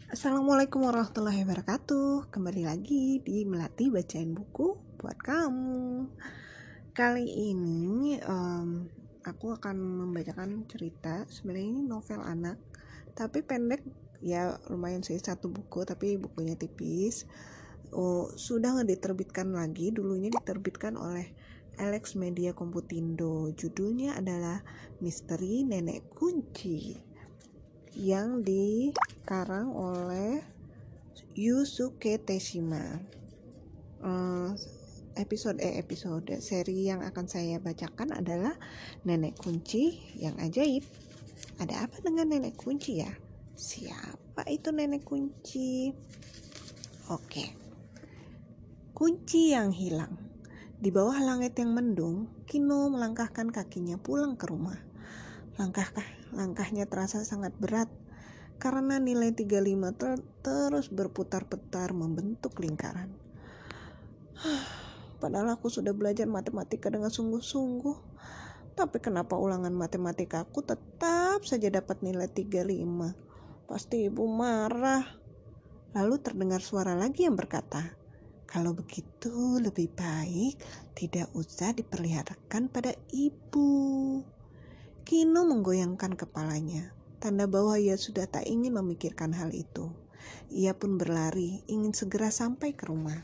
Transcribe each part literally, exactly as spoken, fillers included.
Assalamualaikum warahmatullahi wabarakatuh. Kembali lagi di Melati Bacain Buku buat kamu. Kali ini um, aku akan membacakan cerita. Sebenarnya ini novel anak, tapi pendek ya, lumayan sih, satu buku tapi bukunya tipis. Oh, sudah nggak diterbitkan lagi. Dulunya diterbitkan oleh Alex Media Komputindo. Judulnya adalah Misteri Nenek Kunci, yang dikarang oleh Yusuke Teshima. Uh, episode eh episode seri yang akan saya bacakan adalah Nenek Kunci yang Ajaib. Ada apa dengan nenek kunci ya? Siapa itu nenek kunci? Oke. Kunci yang hilang. Di bawah langit yang mendung, Kino melangkahkan kakinya pulang ke rumah. Langkah langkahnya terasa sangat berat karena nilai tiga puluh lima ter- terus berputar-putar membentuk lingkaran. Padahal aku sudah belajar matematika dengan sungguh-sungguh, tapi kenapa ulangan matematika aku tetap saja dapat nilai tiga puluh lima? Pasti ibu marah. Lalu terdengar suara lagi yang berkata, kalau begitu lebih baik tidak usah diperlihatkan pada ibu. Kino menggoyangkan kepalanya, tanda bahwa ia sudah tak ingin memikirkan hal itu. Ia pun berlari, ingin segera sampai ke rumah.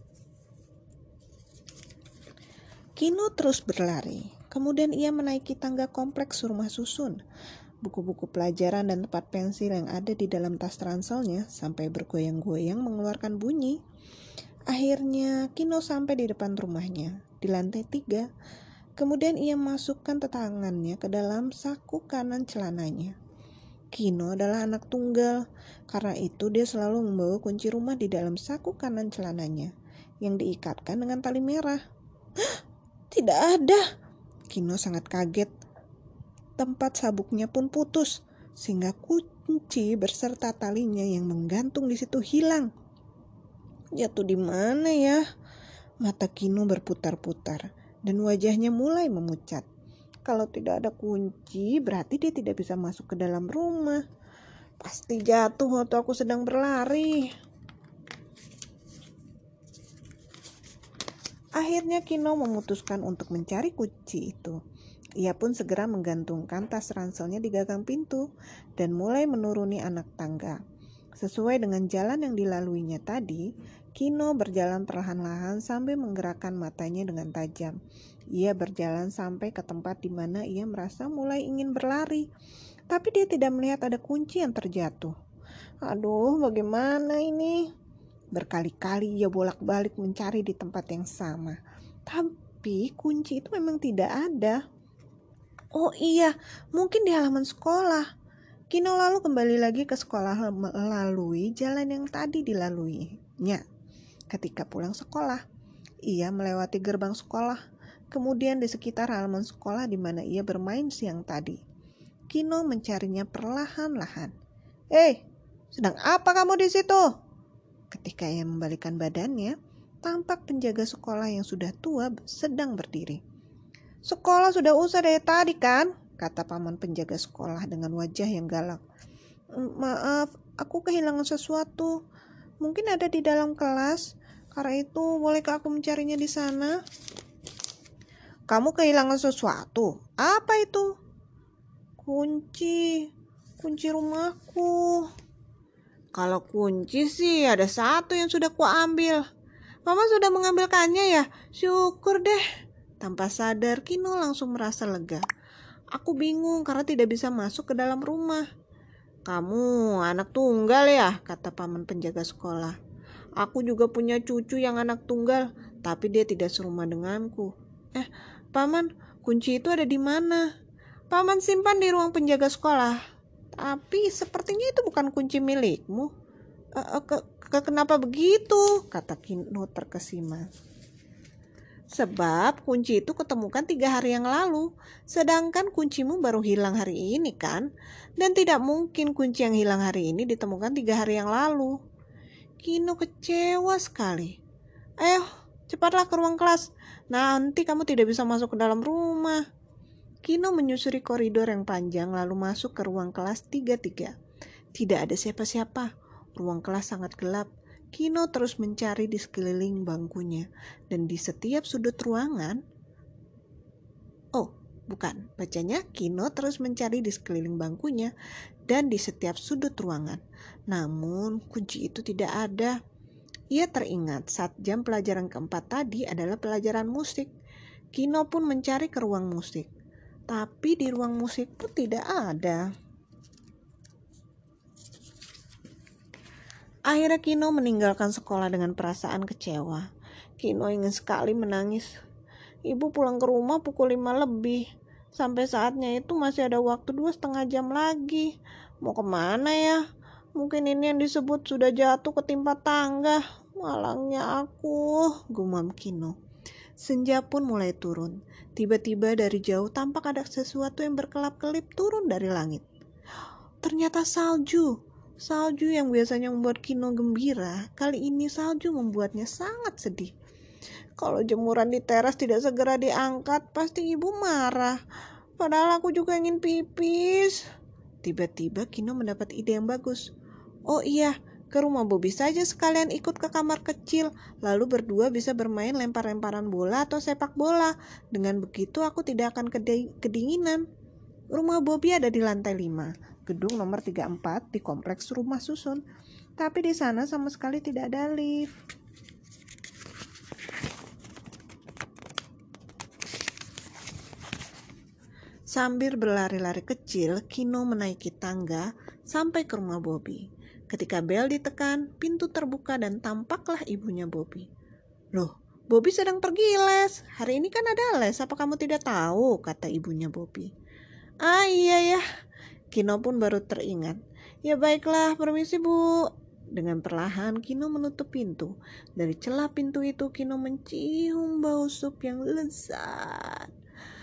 Kino terus berlari. Kemudian ia menaiki tangga kompleks rumah susun. Buku-buku pelajaran dan tempat pensil yang ada di dalam tas ranselnya sampai bergoyang-goyang mengeluarkan bunyi. Akhirnya Kino sampai di depan rumahnya, di lantai tiga. Kemudian ia masukkan tangannya ke dalam saku kanan celananya. Kino adalah anak tunggal, karena itu dia selalu membawa kunci rumah di dalam saku kanan celananya, yang diikatkan dengan tali merah. Tidak ada. Kino sangat kaget. Tempat sabuknya pun putus, sehingga kunci berserta talinya yang menggantung di situ hilang. Jatuh di mana ya? Mata Kino berputar-putar dan wajahnya mulai memucat. Kalau tidak ada kunci, berarti dia tidak bisa masuk ke dalam rumah. Pasti jatuh waktu aku sedang berlari. Akhirnya Kino memutuskan untuk mencari kunci itu. Ia pun segera menggantungkan tas ranselnya di gagang pintu dan mulai menuruni anak tangga. Sesuai dengan jalan yang dilaluinya tadi, Kino berjalan perlahan-lahan sambil menggerakkan matanya dengan tajam. Ia berjalan sampai ke tempat di mana ia merasa mulai ingin berlari, tapi dia tidak melihat ada kunci yang terjatuh. Aduh, bagaimana ini? Berkali-kali ia bolak-balik mencari di tempat yang sama, tapi kunci itu memang tidak ada. Oh iya, mungkin di halaman sekolah. Kino lalu kembali lagi ke sekolah melalui jalan yang tadi dilaluinya. Ketika pulang sekolah, ia melewati gerbang sekolah, kemudian di sekitar halaman sekolah di mana ia bermain siang tadi. Kino mencarinya perlahan-lahan. Eh, sedang apa kamu di situ? Ketika ia membalikkan badannya, tampak penjaga sekolah yang sudah tua sedang berdiri. Sekolah sudah usai dari tadi kan? Kata paman penjaga sekolah dengan wajah yang galak. Maaf, aku kehilangan sesuatu. Mungkin ada di dalam kelas. Karena itu, bolehkah aku mencarinya di sana? Kamu kehilangan sesuatu? Apa itu? Kunci. Kunci rumahku. Kalau kunci sih ada satu yang sudah kuambil. Mama sudah mengambilkannya ya? Syukur deh. Tanpa sadar, Kino langsung merasa lega. Aku bingung karena tidak bisa masuk ke dalam rumah. Kamu anak tunggal ya, kata paman penjaga sekolah. Aku juga punya cucu yang anak tunggal, tapi dia tidak serumah denganku. Eh, paman, kunci itu ada di mana? Paman simpan di ruang penjaga sekolah. Tapi sepertinya itu bukan kunci milikmu. E, ke, ke, kenapa begitu? Kata Kino terkesima. Sebab kunci itu ketemukan tiga hari yang lalu, sedangkan kuncimu baru hilang hari ini kan? Dan tidak mungkin kunci yang hilang hari ini ditemukan tiga hari yang lalu. Kino kecewa sekali. Ayo, cepatlah ke ruang kelas. Nanti kamu tidak bisa masuk ke dalam rumah. Kino menyusuri koridor yang panjang lalu masuk ke ruang kelas tiga puluh tiga. Tidak ada siapa-siapa. Ruang kelas sangat gelap. Kino terus mencari di sekeliling bangkunya. Dan di setiap sudut ruangan, oh bukan, bacanya Kino terus mencari di sekeliling bangkunya dan di setiap sudut ruangan. Namun kunci itu tidak ada. Ia teringat saat jam pelajaran keempat tadi adalah pelajaran musik. Kino pun mencari ke ruang musik. Tapi di ruang musik pun tidak ada. Akhirnya Kino meninggalkan sekolah dengan perasaan kecewa. Kino ingin sekali menangis. Ibu pulang ke rumah pukul lima lebih. Sampai saatnya itu masih ada waktu dua setengah jam lagi. Mau kemana ya? Mungkin ini yang disebut sudah jatuh ketimpa tangga. Malangnya aku, gumam Kino. Senja pun mulai turun. Tiba-tiba dari jauh tampak ada sesuatu yang berkelap-kelip turun dari langit. Ternyata salju. Salju yang biasanya membuat Kino gembira, kali ini salju membuatnya sangat sedih. Kalau jemuran di teras tidak segera diangkat, pasti ibu marah. Padahal aku juga ingin pipis. Tiba-tiba Kino mendapat ide yang bagus. Oh iya, ke rumah Bobby saja sekalian ikut ke kamar kecil. Lalu berdua bisa bermain lempar-lemparan bola atau sepak bola. Dengan begitu aku tidak akan kedinginan. Rumah Bobby ada di lantai lima, gedung nomor tiga puluh empat di kompleks rumah susun. Tapi di sana sama sekali tidak ada lift. Sambil berlari-lari kecil, Kino menaiki tangga sampai ke rumah Bobby. Ketika bel ditekan, pintu terbuka dan tampaklah ibunya Bobby. Loh, Bobby sedang pergi les. Hari ini kan ada les, apa kamu tidak tahu? Kata ibunya Bobby. Ah iya ya, Kino pun baru teringat. Ya baiklah, permisi bu. Dengan perlahan Kino menutup pintu. Dari celah pintu itu Kino mencium bau sup yang lezat.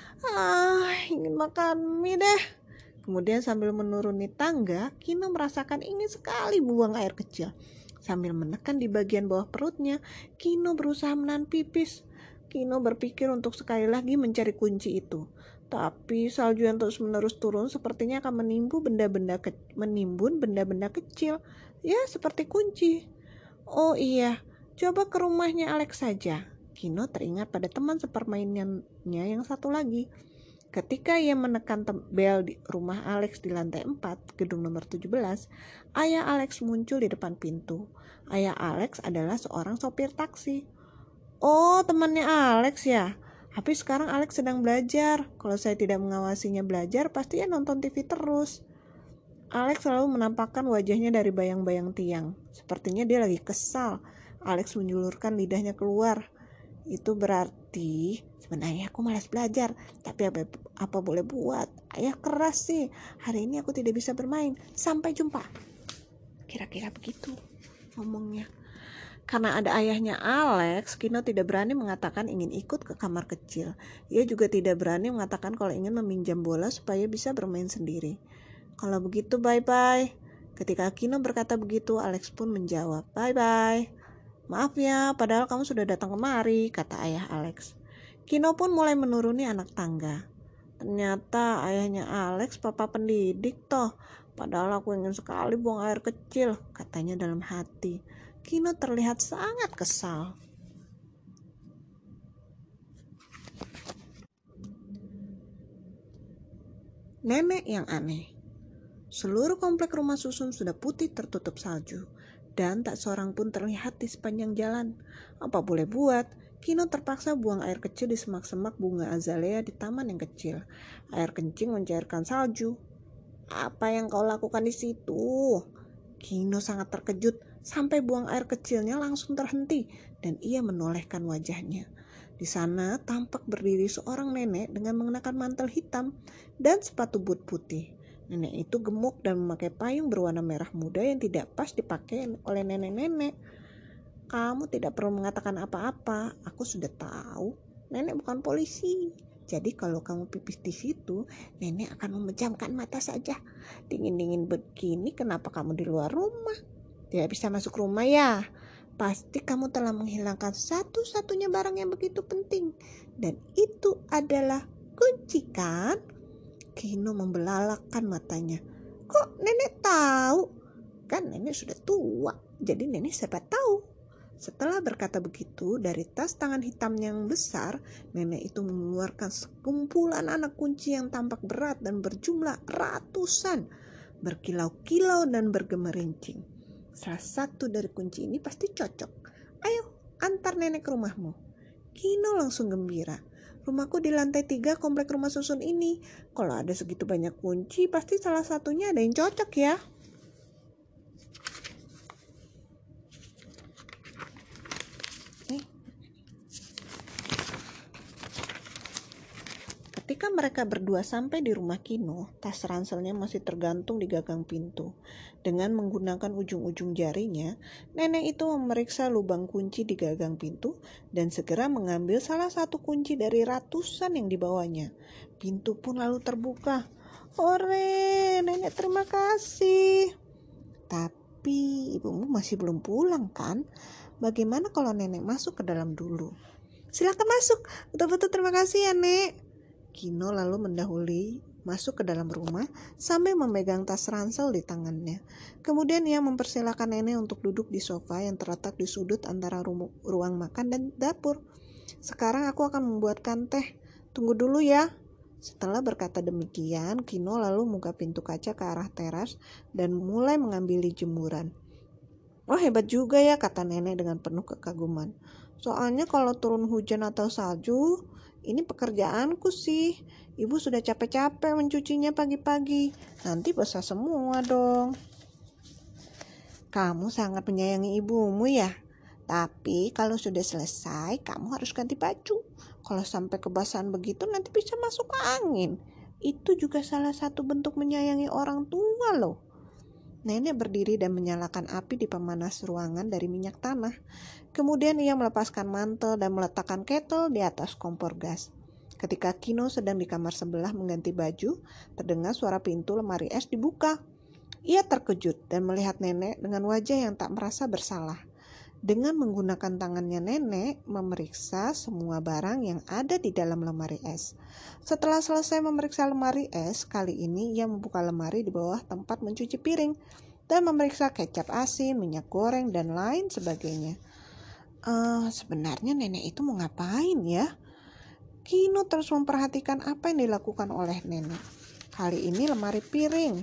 Ah, ingin makan mie deh. Kemudian sambil menuruni tangga, Kino merasakan ingin sekali buang air kecil. Sambil menekan di bagian bawah perutnya, Kino berusaha menahan pipis. Kino berpikir untuk sekali lagi mencari kunci itu. Tapi salju yang terus-menerus turun sepertinya akan menimbun benda-benda ke- menimbun benda-benda kecil. Ya, seperti kunci. Oh iya, coba ke rumahnya Alex saja. Kino teringat pada teman sepermainannya yang satu lagi. Ketika ia menekan bel di rumah Alex di lantai empat, gedung nomor tujuh belas, ayah Alex muncul di depan pintu. Ayah Alex adalah seorang sopir taksi. Oh, temannya Alex ya? Tapi sekarang Alex sedang belajar. Kalau saya tidak mengawasinya belajar, pasti dia nonton T V terus. Alex selalu menampakkan wajahnya dari bayang-bayang tiang. Sepertinya dia lagi kesal. Alex menjulurkan lidahnya keluar. Itu berarti sebenarnya aku malas belajar. Tapi apa, apa boleh buat? Ayah keras sih. Hari ini aku tidak bisa bermain. Sampai jumpa. Kira-kira begitu ngomongnya. Karena ada ayahnya Alex, Kino tidak berani mengatakan ingin ikut ke kamar kecil. Ia juga tidak berani mengatakan kalau ingin meminjam bola supaya bisa bermain sendiri. Kalau begitu bye-bye. Ketika Kino berkata begitu, Alex pun menjawab, bye-bye. Maaf ya, padahal kamu sudah datang kemari, kata ayah Alex. Kino pun mulai menuruni anak tangga. Ternyata ayahnya Alex papa pendidik toh. Padahal aku ingin sekali buang air kecil, katanya dalam hati. Kino terlihat sangat kesal. Nenek yang aneh. Seluruh komplek rumah susun sudah putih tertutup salju, dan tak seorang pun terlihat di sepanjang jalan. Apa boleh buat, Kino terpaksa buang air kecil di semak-semak bunga azalea di taman yang kecil. Air kencing mencairkan salju. Apa yang kau lakukan di situ? Kino sangat terkejut sampai buang air kecilnya langsung terhenti dan ia menolehkan wajahnya. Di sana tampak berdiri seorang nenek dengan mengenakan mantel hitam dan sepatu boot putih. Nenek itu gemuk dan memakai payung berwarna merah muda yang tidak pas dipakai oleh nenek-nenek. Kamu tidak perlu mengatakan apa-apa, aku sudah tahu. Nenek bukan polisi. Jadi kalau kamu pipis di situ, nenek akan memejamkan mata saja. Dingin-dingin begini, kenapa kamu di luar rumah? Tidak bisa masuk rumah ya? Pasti kamu telah menghilangkan satu-satunya barang yang begitu penting. Dan itu adalah kunci kan? Kino membelalakkan matanya. Kok nenek tahu? Kan nenek sudah tua, jadi nenek siapa tahu. Setelah berkata begitu, dari tas tangan hitam yang besar, nenek itu mengeluarkan sekumpulan anak kunci yang tampak berat dan berjumlah ratusan, berkilau-kilau dan bergemerincing. Salah satu dari kunci ini pasti cocok. Ayo, antar nenek ke rumahmu. Kino langsung gembira. Rumahku di lantai tiga komplek rumah susun ini. Kalau ada segitu banyak kunci, pasti salah satunya ada yang cocok ya. Ketika mereka berdua sampai di rumah Kino, tas ranselnya masih tergantung di gagang pintu. Dengan menggunakan ujung-ujung jarinya, nenek itu memeriksa lubang kunci di gagang pintu dan segera mengambil salah satu kunci dari ratusan yang dibawanya. Pintu pun lalu terbuka. Ore, nenek terima kasih. Tapi ibumu masih belum pulang kan? Bagaimana kalau nenek masuk ke dalam dulu? Silakan masuk. Betul-betul terima kasih ya, Nek. Kino lalu mendahului masuk ke dalam rumah sambil memegang tas ransel di tangannya. Kemudian ia mempersilahkan nenek untuk duduk di sofa yang terletak di sudut antara ru- ruang makan dan dapur. Sekarang aku akan membuatkan teh. Tunggu dulu ya. Setelah berkata demikian, Kino lalu membuka pintu kaca ke arah teras dan mulai mengambil jemuran. Wah, hebat juga ya, kata nenek dengan penuh kekaguman. Soalnya kalau turun hujan atau salju, ini pekerjaanku sih. Ibu sudah capek-capek mencucinya pagi-pagi. Nanti basah semua dong. Kamu sangat menyayangi ibumu ya. Tapi kalau sudah selesai, kamu harus ganti baju. Kalau sampai kebasahan begitu nanti bisa masuk angin. Itu juga salah satu bentuk menyayangi orang tua loh. Nenek berdiri dan menyalakan api di pemanas ruangan dari minyak tanah. Kemudian ia melepaskan mantel dan meletakkan kettle di atas kompor gas. Ketika Kino sedang di kamar sebelah mengganti baju, terdengar suara pintu lemari es dibuka. Ia terkejut dan melihat nenek dengan wajah yang tak merasa bersalah. Dengan menggunakan tangannya, nenek memeriksa semua barang yang ada di dalam lemari es. Setelah selesai memeriksa lemari es, kali ini ia membuka lemari di bawah tempat mencuci piring dan memeriksa kecap asin, minyak goreng, dan lain sebagainya. Uh, sebenarnya nenek itu mau ngapain ya? Kino terus memperhatikan apa yang dilakukan oleh nenek. Kali ini lemari piring.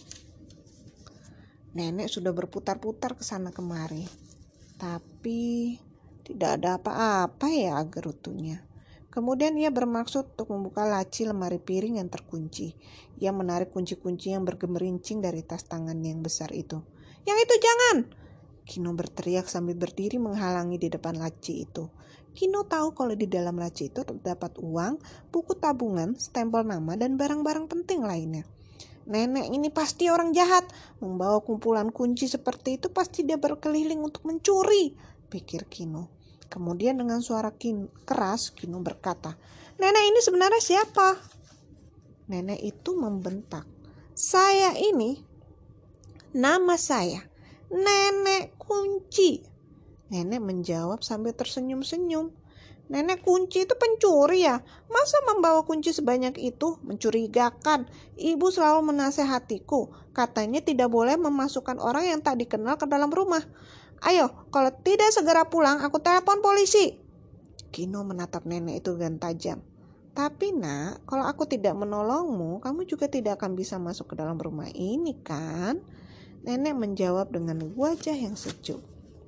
Nenek sudah berputar-putar ke sana kemari. Tapi tidak ada apa-apa ya gerutunya. Kemudian ia bermaksud untuk membuka laci lemari piring yang terkunci. Ia menarik kunci-kunci yang bergemerincing dari tas tangan yang besar itu. Yang itu jangan! Kino berteriak sambil berdiri menghalangi di depan laci itu. Kino tahu kalau di dalam laci itu terdapat uang, buku tabungan, stempel nama, dan barang-barang penting lainnya. Nenek ini pasti orang jahat, membawa kumpulan kunci seperti itu pasti dia berkeliling untuk mencuri, pikir Kino. Kemudian dengan suara kin, keras, Kino berkata, nenek ini sebenarnya siapa? Nenek itu membentak, saya ini, nama saya, Nenek Kunci. Nenek menjawab sambil tersenyum-senyum. Nenek Kunci itu pencuri ya? Masa membawa kunci sebanyak itu? Mencurigakan. Ibu selalu menasehatiku. Katanya tidak boleh memasukkan orang yang tak dikenal ke dalam rumah. Ayo, kalau tidak segera pulang, aku telepon polisi. Kino menatap nenek itu dengan tajam. Tapi nak, kalau aku tidak menolongmu, kamu juga tidak akan bisa masuk ke dalam rumah ini kan? Nenek menjawab dengan wajah yang sejuk.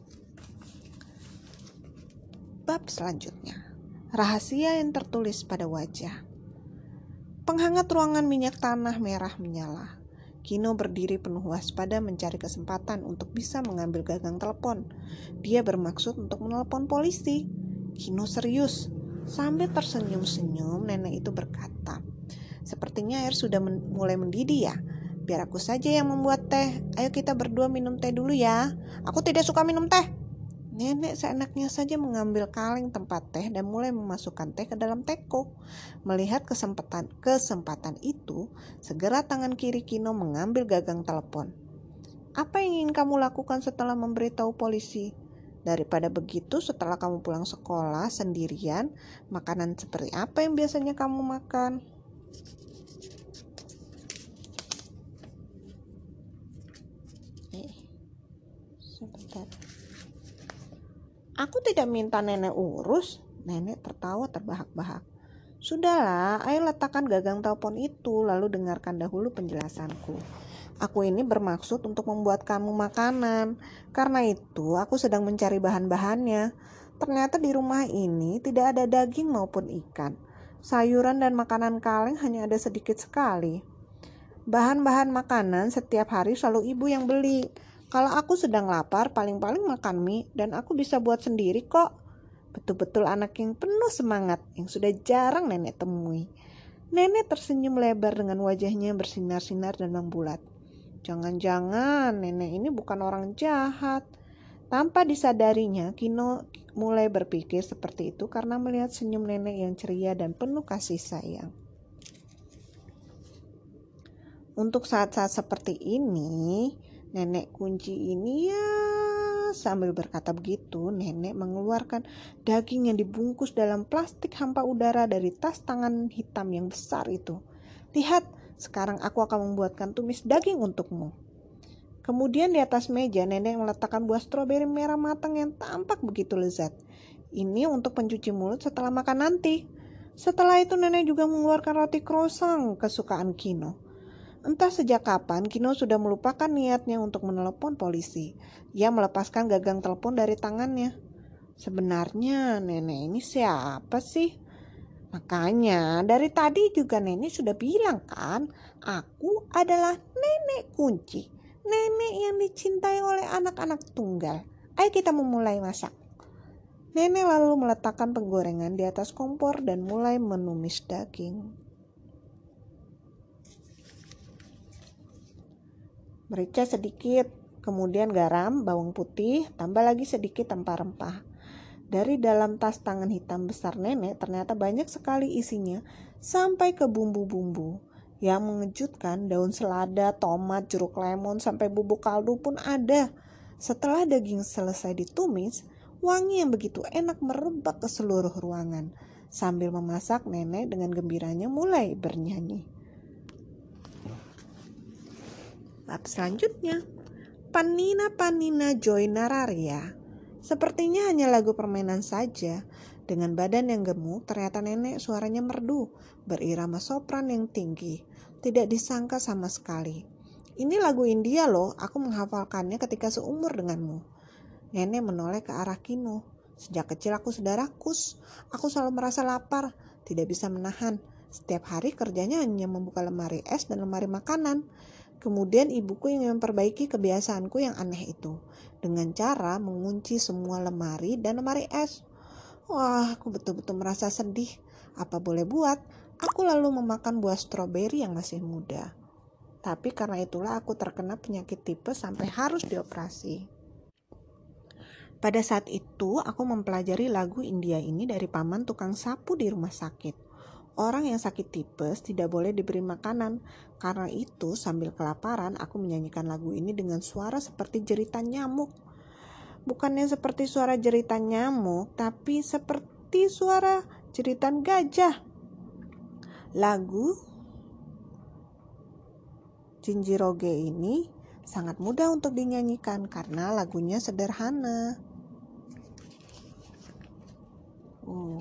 Bab selanjutnya, rahasia yang tertulis pada wajah. Penghangat ruangan minyak tanah merah menyala. Kino berdiri penuh waspada mencari kesempatan untuk bisa mengambil gagang telepon. Dia bermaksud untuk menelepon polisi. Kino serius. Sambil tersenyum-senyum, nenek itu berkata, sepertinya air sudah men- mulai mendidih ya. Biar aku saja yang membuat teh. Ayo kita berdua minum teh dulu ya. Aku tidak suka minum teh. Nenek seenaknya saja mengambil kaleng tempat teh dan mulai memasukkan teh ke dalam teko. Melihat kesempatan kesempatan itu, segera tangan kiri Kino mengambil gagang telepon. Apa yang ingin kamu lakukan setelah memberitahu polisi? Daripada begitu, setelah kamu pulang sekolah sendirian, makanan seperti apa yang biasanya kamu makan? Eh. Ustaz. Aku tidak minta nenek urus. Nenek tertawa terbahak-bahak. Sudahlah, ayo letakkan gagang telepon itu, lalu dengarkan dahulu penjelasanku. Aku ini bermaksud untuk membuat kamu makanan. Karena itu, aku sedang mencari bahan-bahannya. Ternyata di rumah ini tidak ada daging maupun ikan. Sayuran dan makanan kaleng hanya ada sedikit sekali. Bahan-bahan makanan setiap hari selalu ibu yang beli. Kalau aku sedang lapar, paling-paling makan mie dan aku bisa buat sendiri kok. Betul-betul anak yang penuh semangat yang sudah jarang nenek temui. Nenek tersenyum lebar dengan wajahnya bersinar-sinar dan membulat. Jangan-jangan nenek ini bukan orang jahat. Tanpa disadarinya, Kino mulai berpikir seperti itu karena melihat senyum nenek yang ceria dan penuh kasih sayang. Untuk saat-saat seperti ini, nenek kunci ini ya, sambil berkata begitu, nenek mengeluarkan daging yang dibungkus dalam plastik hampa udara dari tas tangan hitam yang besar itu. Lihat, sekarang aku akan membuatkan tumis daging untukmu. Kemudian di atas meja, nenek meletakkan buah stroberi merah matang yang tampak begitu lezat. Ini untuk pencuci mulut setelah makan nanti. Setelah itu nenek juga mengeluarkan roti croissant kesukaan Kino. Entah sejak kapan Kino sudah melupakan niatnya untuk menelepon polisi. Ia melepaskan gagang telepon dari tangannya. Sebenarnya nenek ini siapa sih? Makanya dari tadi juga nenek sudah bilang kan, aku adalah nenek kunci. Nenek yang dicintai oleh anak-anak tunggal. Ayo kita memulai masak. Nenek lalu meletakkan penggorengan di atas kompor dan mulai menumis daging. Merica sedikit, kemudian garam, bawang putih, tambah lagi sedikit rempah-rempah. Dari dalam tas tangan hitam besar nenek ternyata banyak sekali isinya sampai ke bumbu-bumbu. Yang mengejutkan, daun selada, tomat, jeruk lemon, sampai bubuk kaldu pun ada. Setelah daging selesai ditumis, wangi yang begitu enak merebak ke seluruh ruangan. Sambil memasak, nenek dengan gembiranya mulai bernyanyi. Bab selanjutnya, Panina Panina Joy Nararia. Sepertinya hanya lagu permainan saja. Dengan badan yang gemuk, ternyata nenek suaranya merdu, berirama sopran yang tinggi. Tidak disangka sama sekali. Ini lagu India loh, aku menghafalkannya ketika seumur denganmu. Nenek menoleh ke arah Kino. Sejak kecil aku sudah rakus. Aku selalu merasa lapar, tidak bisa menahan. Setiap hari kerjanya hanya membuka lemari es dan lemari makanan. Kemudian ibuku yang memperbaiki kebiasaanku yang aneh itu dengan cara mengunci semua lemari dan lemari es. Wah, aku betul-betul merasa sedih. Apa boleh buat, aku lalu memakan buah stroberi yang masih muda. Tapi karena itulah aku terkena penyakit tipes sampai harus dioperasi. Pada saat itu aku mempelajari lagu India ini dari paman tukang sapu di rumah sakit. Orang yang sakit tipes tidak boleh diberi makanan. Karena itu sambil kelaparan aku menyanyikan lagu ini dengan suara seperti jeritan nyamuk. Bukannya seperti suara jeritan nyamuk, tapi seperti suara jeritan gajah. Lagu Jinjiroge ini sangat mudah untuk dinyanyikan karena lagunya sederhana. Oh.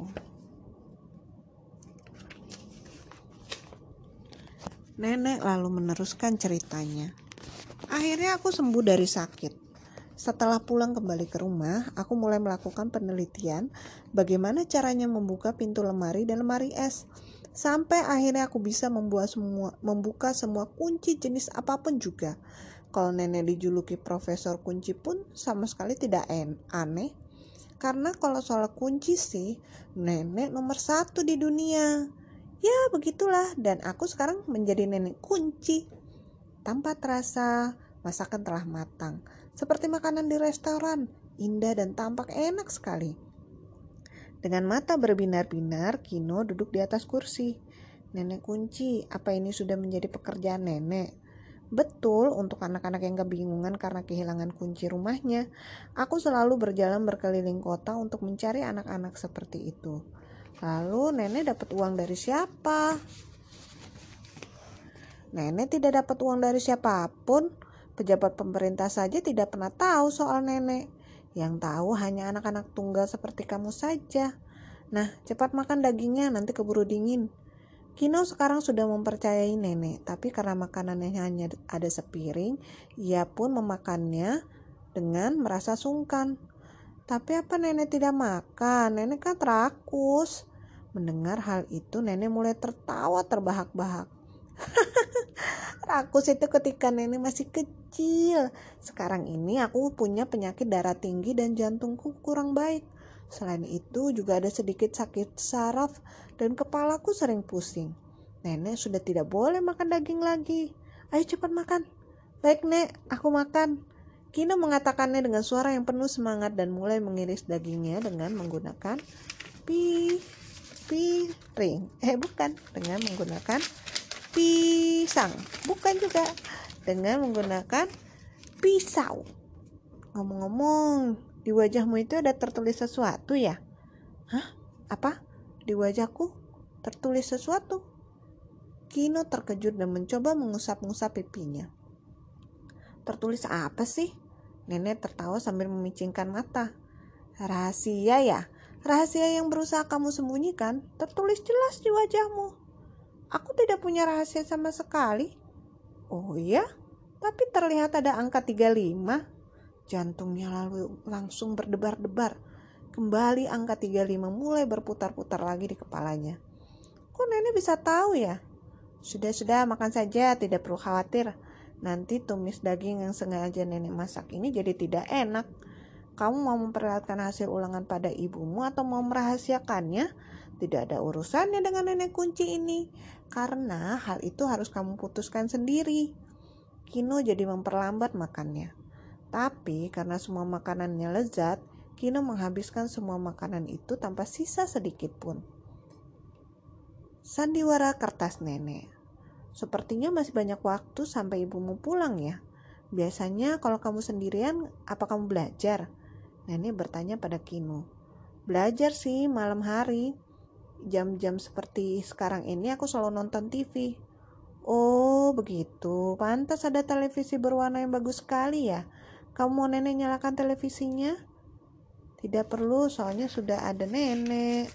Nenek lalu meneruskan ceritanya. Akhirnya aku sembuh dari sakit. Setelah pulang kembali ke rumah, aku mulai melakukan penelitian bagaimana caranya membuka pintu lemari dan lemari es. Sampai akhirnya aku bisa membuat semua, membuka semua kunci jenis apapun juga. Kalau nenek dijuluki Profesor Kunci pun sama sekali tidak en, aneh. Karena kalau soal kunci sih, nenek nomor satu di dunia. Ya begitulah, dan aku sekarang menjadi nenek kunci. Tanpa terasa, masakan telah matang. Seperti makanan di restoran, indah dan tampak enak sekali. Dengan mata berbinar-binar, Kino duduk di atas kursi. Nenek kunci, apa ini sudah menjadi pekerjaan nenek? Betul, untuk anak-anak yang kebingungan karena kehilangan kunci rumahnya, aku selalu berjalan berkeliling kota untuk mencari anak-anak seperti itu. Lalu nenek dapat uang dari siapa? Nenek tidak dapat uang dari siapapun. Pejabat pemerintah saja tidak pernah tahu soal nenek. Yang tahu hanya anak-anak tunggal seperti kamu saja. Nah, cepat makan dagingnya, nanti keburu dingin. Kino sekarang sudah mempercayai nenek, tapi karena makanannya hanya ada sepiring, ia pun memakannya dengan merasa sungkan. Tapi apa nenek tidak makan? Nenek kan rakus. Mendengar hal itu, nenek mulai tertawa terbahak-bahak. Rakus itu ketika nenek masih kecil. Sekarang ini aku punya penyakit darah tinggi dan jantungku kurang baik. Selain itu juga ada sedikit sakit saraf dan kepalaku sering pusing. Nenek sudah tidak boleh makan daging lagi. Ayo cepat makan. Baik Nek, aku makan. Kino mengatakannya dengan suara yang penuh semangat dan mulai mengiris dagingnya dengan menggunakan pi piring. Eh bukan, dengan menggunakan pisang. Bukan juga, dengan menggunakan pisau. Ngomong-ngomong, di wajahmu itu ada tertulis sesuatu ya? Hah? Apa? Di wajahku tertulis sesuatu? Kino terkejut dan mencoba mengusap-ngusap pipinya. Tertulis apa sih? Nenek tertawa sambil memicingkan mata. Rahasia ya? Rahasia yang berusaha kamu sembunyikan tertulis jelas di wajahmu. Aku tidak punya rahasia sama sekali. Oh iya? Tapi terlihat ada angka tiga puluh lima. Jantungnya lalu langsung berdebar-debar. Kembali angka tiga puluh lima mulai berputar-putar lagi di kepalanya. Kok nenek bisa tahu ya? Sudah-sudah makan saja, tidak perlu khawatir. Nanti tumis daging yang sengaja nenek masak ini jadi tidak enak. Kamu mau memperlihatkan hasil ulangan pada ibumu atau mau merahasiakannya? Tidak ada urusannya dengan nenek kunci ini. Karena hal itu harus kamu putuskan sendiri. Kino jadi memperlambat makannya. Tapi karena semua makanannya lezat, Kino menghabiskan semua makanan itu tanpa sisa sedikit pun. Sandiwara kertas nenek. Sepertinya masih banyak waktu sampai ibumu pulang ya. Biasanya kalau kamu sendirian, apa kamu belajar? Nenek bertanya pada Kino. Belajar sih malam hari. Jam-jam seperti sekarang ini aku selalu nonton T V. Oh begitu, pantas ada televisi berwarna yang bagus sekali ya. Kamu mau nenek nyalakan televisinya? Tidak perlu, soalnya sudah ada nenek.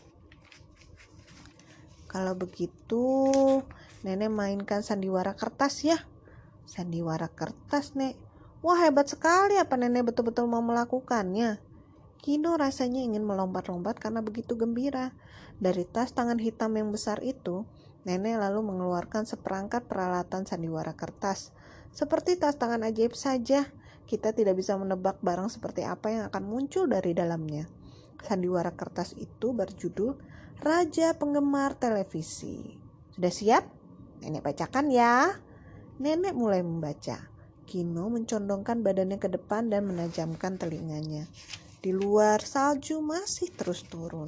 Kalau begitu, nenek mainkan sandiwara kertas ya. Sandiwara kertas, Nek. Wah, hebat sekali, apa nenek betul-betul mau melakukannya? Kino rasanya ingin melompat-lompat karena begitu gembira. Dari tas tangan hitam yang besar itu, nenek lalu mengeluarkan seperangkat peralatan sandiwara kertas. Seperti tas tangan ajaib saja, kita tidak bisa menebak barang seperti apa yang akan muncul dari dalamnya. Sandiwara kertas itu berjudul Raja Penggemar Televisi. Sudah siap? Nenek bacakan ya. Nenek mulai membaca. Kino mencondongkan badannya ke depan dan menajamkan telinganya. Di luar salju masih terus turun.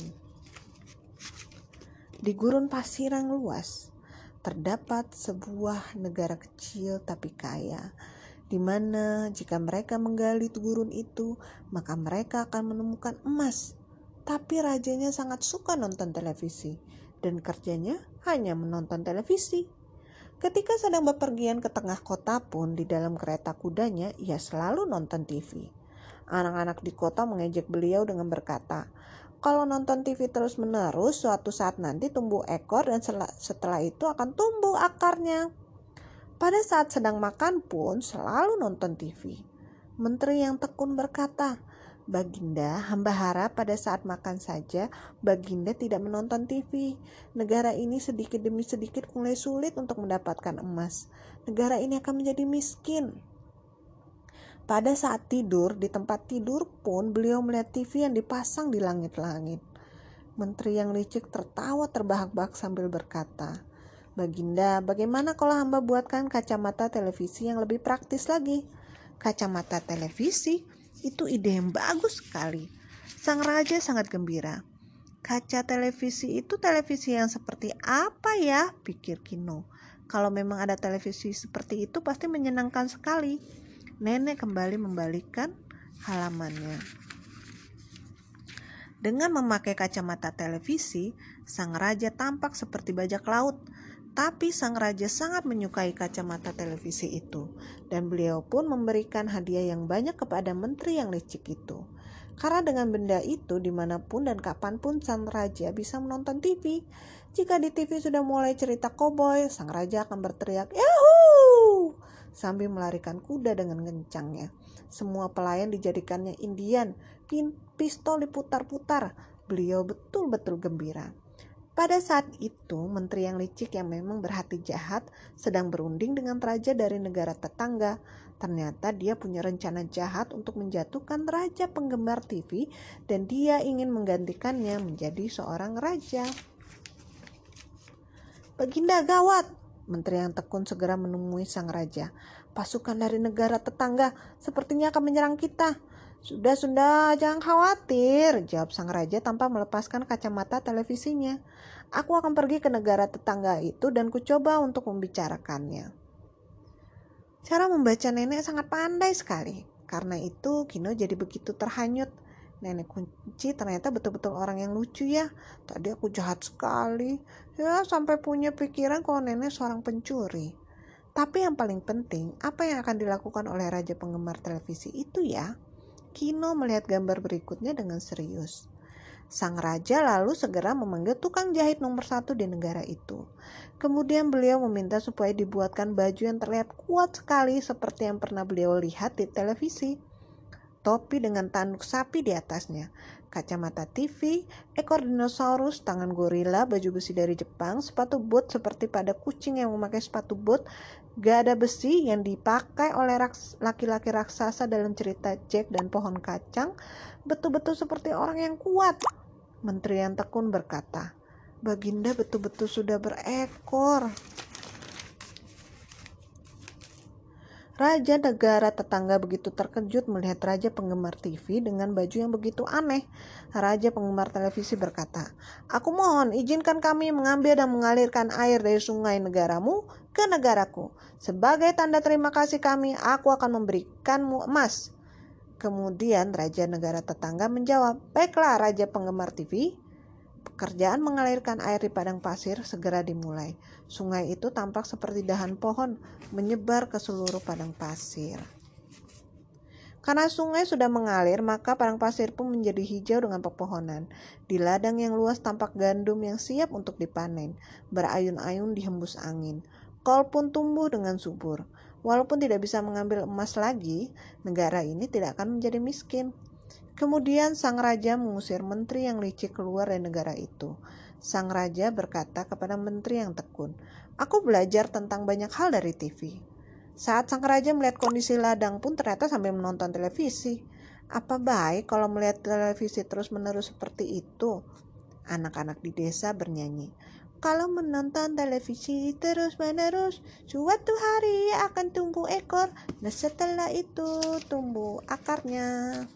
Di gurun pasir yang luas, terdapat sebuah negara kecil tapi kaya, di mana jika mereka menggali gurun itu, maka mereka akan menemukan emas. Tapi rajanya sangat suka nonton televisi, dan kerjanya hanya menonton televisi. Ketika sedang bepergian ke tengah kota pun, di dalam kereta kudanya, ia selalu nonton T V. Anak-anak di kota mengejek beliau dengan berkata, kalau nonton T V terus-menerus, suatu saat nanti tumbuh ekor dan setelah itu akan tumbuh akarnya. Pada saat sedang makan pun selalu nonton T V. Menteri yang tekun berkata, Baginda, hamba harap pada saat makan saja Baginda tidak menonton T V. Negara ini sedikit demi sedikit mulai sulit untuk mendapatkan emas. Negara ini akan menjadi miskin. Pada saat tidur, di tempat tidur pun beliau melihat T V yang dipasang di langit-langit. Menteri yang licik tertawa terbahak-bahak sambil berkata, Baginda, bagaimana kalau hamba buatkan kacamata televisi yang lebih praktis lagi? Kacamata televisi? Itu ide yang bagus sekali. Sang raja sangat gembira. Kaca televisi itu televisi yang seperti apa ya? Pikir Kino. Kalau memang ada televisi seperti itu pasti menyenangkan sekali. Nenek kembali membalikkan halamannya. Dengan memakai kacamata televisi, sang raja tampak seperti bajak laut. Tapi sang raja sangat menyukai kacamata televisi itu, dan beliau pun memberikan hadiah yang banyak kepada menteri yang licik itu. Karena dengan benda itu dimanapun dan kapanpun sang raja bisa menonton T V. Jika di T V sudah mulai cerita koboi, sang raja akan berteriak "Yahoo!" sambil melarikan kuda dengan kencangnya. Semua pelayan dijadikannya Indian, pistol diputar-putar. Beliau betul-betul gembira. Pada saat itu, menteri yang licik yang memang berhati jahat sedang berunding dengan raja dari negara tetangga. Ternyata dia punya rencana jahat untuk menjatuhkan raja penggemar T V dan dia ingin menggantikannya menjadi seorang raja. Baginda gawat! Menteri yang tekun segera menemui sang raja. Pasukan dari negara tetangga sepertinya akan menyerang kita. Sudah-sudah, jangan khawatir, jawab sang raja tanpa melepaskan kacamata televisinya. Aku akan pergi ke negara tetangga itu dan kucoba untuk membicarakannya. Cara membaca nenek sangat pandai sekali. Karena itu Kino jadi begitu terhanyut. Nenek kunci ternyata betul-betul orang yang lucu ya. Tadi aku jahat sekali. Ya sampai punya pikiran kalau nenek seorang pencuri. Tapi yang paling penting, apa yang akan dilakukan oleh raja penggemar televisi itu ya? Kino melihat gambar berikutnya dengan serius. Sang raja lalu segera memanggil tukang jahit nomor satu di negara itu. Kemudian beliau meminta supaya dibuatkan baju yang terlihat kuat sekali seperti yang pernah beliau lihat di televisi. Topi dengan tanduk sapi di atasnya, kacamata T V, ekor dinosaurus, tangan gorila, baju besi dari Jepang, sepatu bot seperti pada kucing yang memakai sepatu bot, gada besi yang dipakai oleh raks- laki-laki raksasa dalam cerita Jack dan pohon kacang, betul-betul seperti orang yang kuat. Menteri yang tekun berkata, Baginda betul-betul sudah berekor. Raja negara tetangga begitu terkejut melihat raja penggemar T V dengan baju yang begitu aneh. Raja penggemar televisi berkata, Aku mohon izinkan kami mengambil dan mengalirkan air dari sungai negaramu ke negaraku. Sebagai tanda terima kasih kami, aku akan memberikanmu emas. Kemudian raja negara tetangga menjawab, Baiklah raja penggemar T V. Pekerjaan mengalirkan air di padang pasir segera dimulai. Sungai itu tampak seperti dahan pohon menyebar ke seluruh padang pasir. Karena sungai sudah mengalir, maka padang pasir pun menjadi hijau dengan pepohonan. Di ladang yang luas tampak gandum yang siap untuk dipanen, berayun-ayun dihembus angin. Kol pun tumbuh dengan subur. Walaupun tidak bisa mengambil emas lagi, negara ini tidak akan menjadi miskin. Kemudian sang raja mengusir menteri yang licik keluar dari negara itu. Sang raja berkata kepada menteri yang tekun, Aku belajar tentang banyak hal dari T V. Saat sang raja melihat kondisi ladang pun ternyata sambil menonton televisi. Apa baik kalau melihat televisi terus-menerus seperti itu? Anak-anak di desa bernyanyi. Kalau menonton televisi terus-menerus, suatu hari akan tumbuh ekor, dan setelah itu tumbuh akarnya.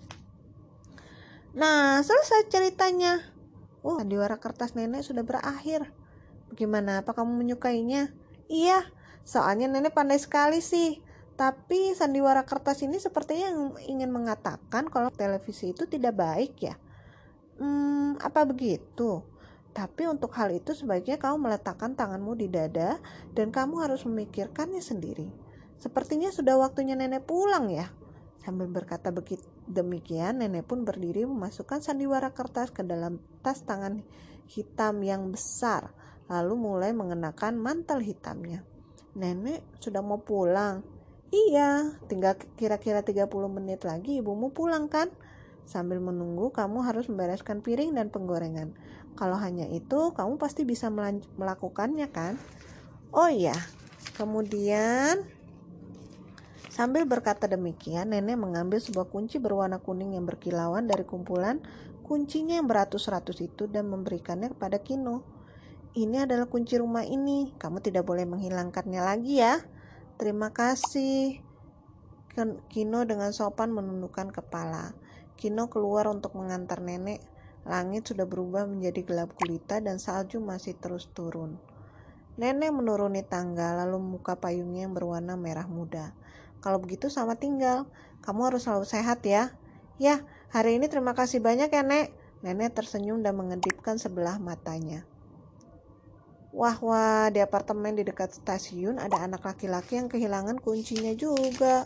Nah, selesai ceritanya. Oh, sandiwara kertas nenek sudah berakhir. Bagaimana? Apa kamu menyukainya? Iya, soalnya nenek pandai sekali sih. Tapi sandiwara kertas ini sepertinya ingin mengatakan kalau televisi itu tidak baik ya. Hmm, apa begitu? Tapi untuk hal itu sebaiknya kamu meletakkan tanganmu di dada dan kamu harus memikirkannya sendiri. Sepertinya sudah waktunya nenek pulang ya. Sambil berkata begitu demikian, nenek pun berdiri memasukkan sandiwara kertas ke dalam tas tangan hitam yang besar, lalu mulai mengenakan mantel hitamnya. Nenek sudah mau pulang? Iya, tinggal kira-kira tiga puluh menit lagi ibumu pulang kan? Sambil menunggu, kamu harus membereskan piring dan penggorengan. Kalau hanya itu, kamu pasti bisa melanj- melakukannya kan? Oh iya, kemudian sambil berkata demikian, nenek mengambil sebuah kunci berwarna kuning yang berkilauan dari kumpulan kuncinya yang beratus-ratus itu dan memberikannya kepada Kino. Ini adalah kunci rumah ini, kamu tidak boleh menghilangkannya lagi ya. Terima kasih. Kino dengan sopan menundukkan kepala. Kino keluar untuk mengantar nenek. Langit sudah berubah menjadi gelap gulita dan salju masih terus turun. Nenek menuruni tangga lalu membuka payungnya yang berwarna merah muda. Kalau begitu selamat tinggal. Kamu harus selalu sehat ya. Ya, hari ini terima kasih banyak ya, Nek. Nenek tersenyum dan mengedipkan sebelah matanya. Wah wah, di apartemen di dekat stasiun ada anak laki-laki yang kehilangan kuncinya juga.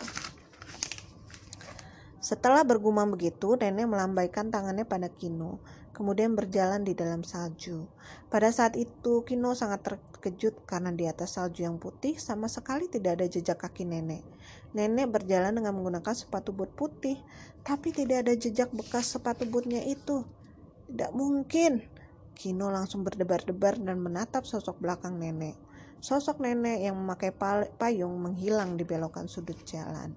Setelah bergumam begitu, nenek melambaikan tangannya pada Kino, kemudian berjalan di dalam salju. Pada saat itu, Kino sangat terkejut karena di atas salju yang putih sama sekali tidak ada jejak kaki nenek. Nenek berjalan dengan menggunakan sepatu boot putih, tapi tidak ada jejak bekas sepatu bootnya itu. Tidak mungkin. Kino langsung berdebar-debar dan menatap sosok belakang nenek. Sosok nenek yang memakai payung menghilang di belokan sudut jalan.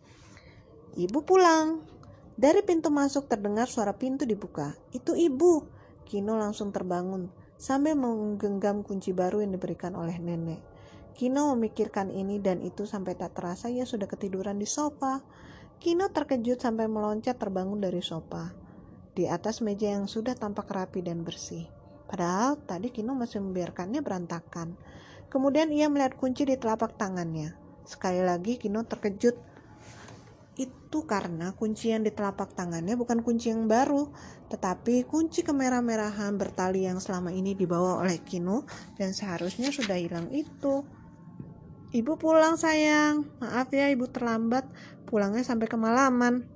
Ibu pulang. Dari pintu masuk terdengar suara pintu dibuka. Itu ibu. Kino langsung terbangun sambil menggenggam kunci baru yang diberikan oleh nenek. Kino memikirkan ini dan itu sampai tak terasa ia sudah ketiduran di sofa. Kino terkejut sampai meloncat terbangun dari sofa. Di atas meja yang sudah tampak rapi dan bersih. Padahal tadi Kino masih membiarkannya berantakan. Kemudian ia melihat kunci di telapak tangannya. Sekali lagi Kino terkejut. Itu karena kunci yang di telapak tangannya bukan kunci yang baru, tetapi kunci kemerah-merahan bertali yang selama ini dibawa oleh Kino dan seharusnya sudah hilang itu. Ibu pulang sayang, maaf ya ibu terlambat, pulangnya sampai kemalaman.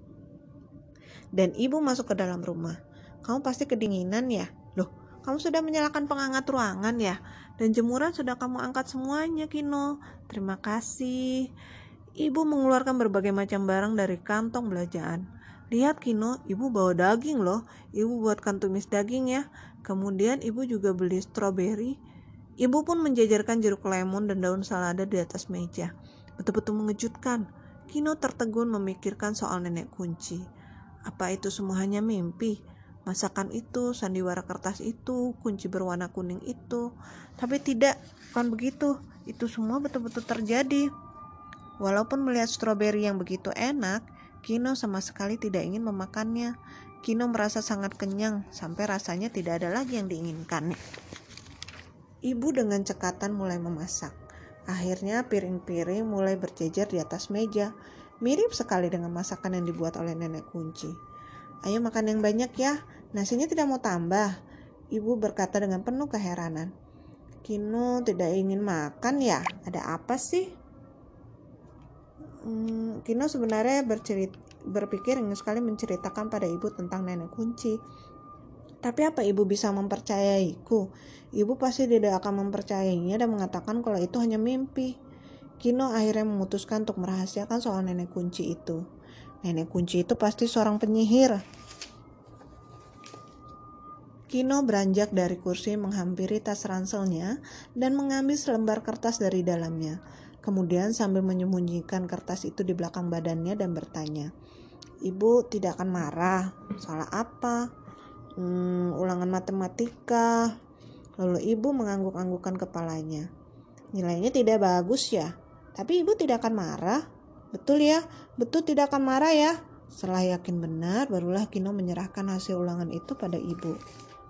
Dan ibu masuk ke dalam rumah. Kamu pasti kedinginan ya? Loh, kamu sudah menyalakan penghangat ruangan ya? Dan jemuran sudah kamu angkat semuanya, Kino. Terima kasih. Ibu mengeluarkan berbagai macam barang dari kantong belanjaan. Lihat Kino, ibu bawa daging loh. Ibu buatkan tumis daging ya. Kemudian ibu juga beli stroberi. Ibu pun menjajarkan jeruk lemon dan daun selada di atas meja. Betul-betul mengejutkan. Kino tertegun memikirkan soal nenek kunci. Apa itu semua hanya mimpi? Masakan itu, sandiwara kertas itu, kunci berwarna kuning itu. Tapi tidak, bukan begitu. Itu semua betul-betul terjadi. Walaupun melihat stroberi yang begitu enak, Kino sama sekali tidak ingin memakannya. Kino merasa sangat kenyang, sampai rasanya tidak ada lagi yang diinginkannya. Ibu dengan cekatan mulai memasak. Akhirnya piring-piring mulai berjejer di atas meja. Mirip sekali dengan masakan yang dibuat oleh nenek kunci. Ayo makan yang banyak ya, nasinya tidak mau tambah. Ibu berkata dengan penuh keheranan. Kino tidak ingin makan ya, ada apa sih? Hmm, Kino sebenarnya bercerit, berpikir ingin sekali menceritakan pada ibu tentang nenek kunci. Tapi apa ibu bisa mempercayaiku? Ibu pasti tidak akan mempercayainya dan mengatakan kalau itu hanya mimpi. Kino akhirnya memutuskan untuk merahasiakan soal nenek kunci itu. Nenek kunci itu pasti seorang penyihir. Kino beranjak dari kursi menghampiri tas ranselnya dan mengambil selembar kertas dari dalamnya. Kemudian sambil menyembunyikan kertas itu di belakang badannya dan bertanya, Ibu tidak akan marah? Salah apa? Hmm, ulangan matematika. Lalu ibu mengangguk-anggukkan kepalanya. Nilainya tidak bagus ya? Tapi ibu tidak akan marah? Betul ya? Betul tidak akan marah ya? Setelah yakin benar, barulah Kino menyerahkan hasil ulangan itu pada ibu.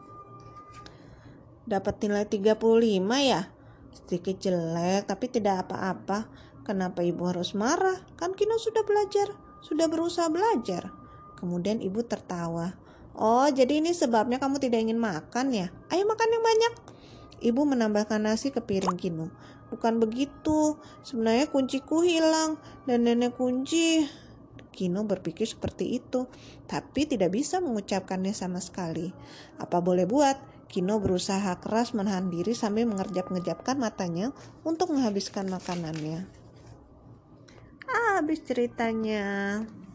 Dapat nilai tiga puluh lima ya? Sedikit jelek, tapi tidak apa-apa. Kenapa ibu harus marah? Kan Kino sudah belajar, sudah berusaha belajar. Kemudian ibu tertawa. Oh, jadi ini sebabnya kamu tidak ingin makan ya? Ayo makan yang banyak. Ibu menambahkan nasi ke piring Kino. Bukan begitu, sebenarnya kunciku hilang dan nenek kunci. Kino berpikir seperti itu, tapi tidak bisa mengucapkannya sama sekali. Apa boleh buat, Kino berusaha keras menahan diri sambil mengerjap-ngejapkan matanya untuk menghabiskan makanannya. Ah, habis ceritanya.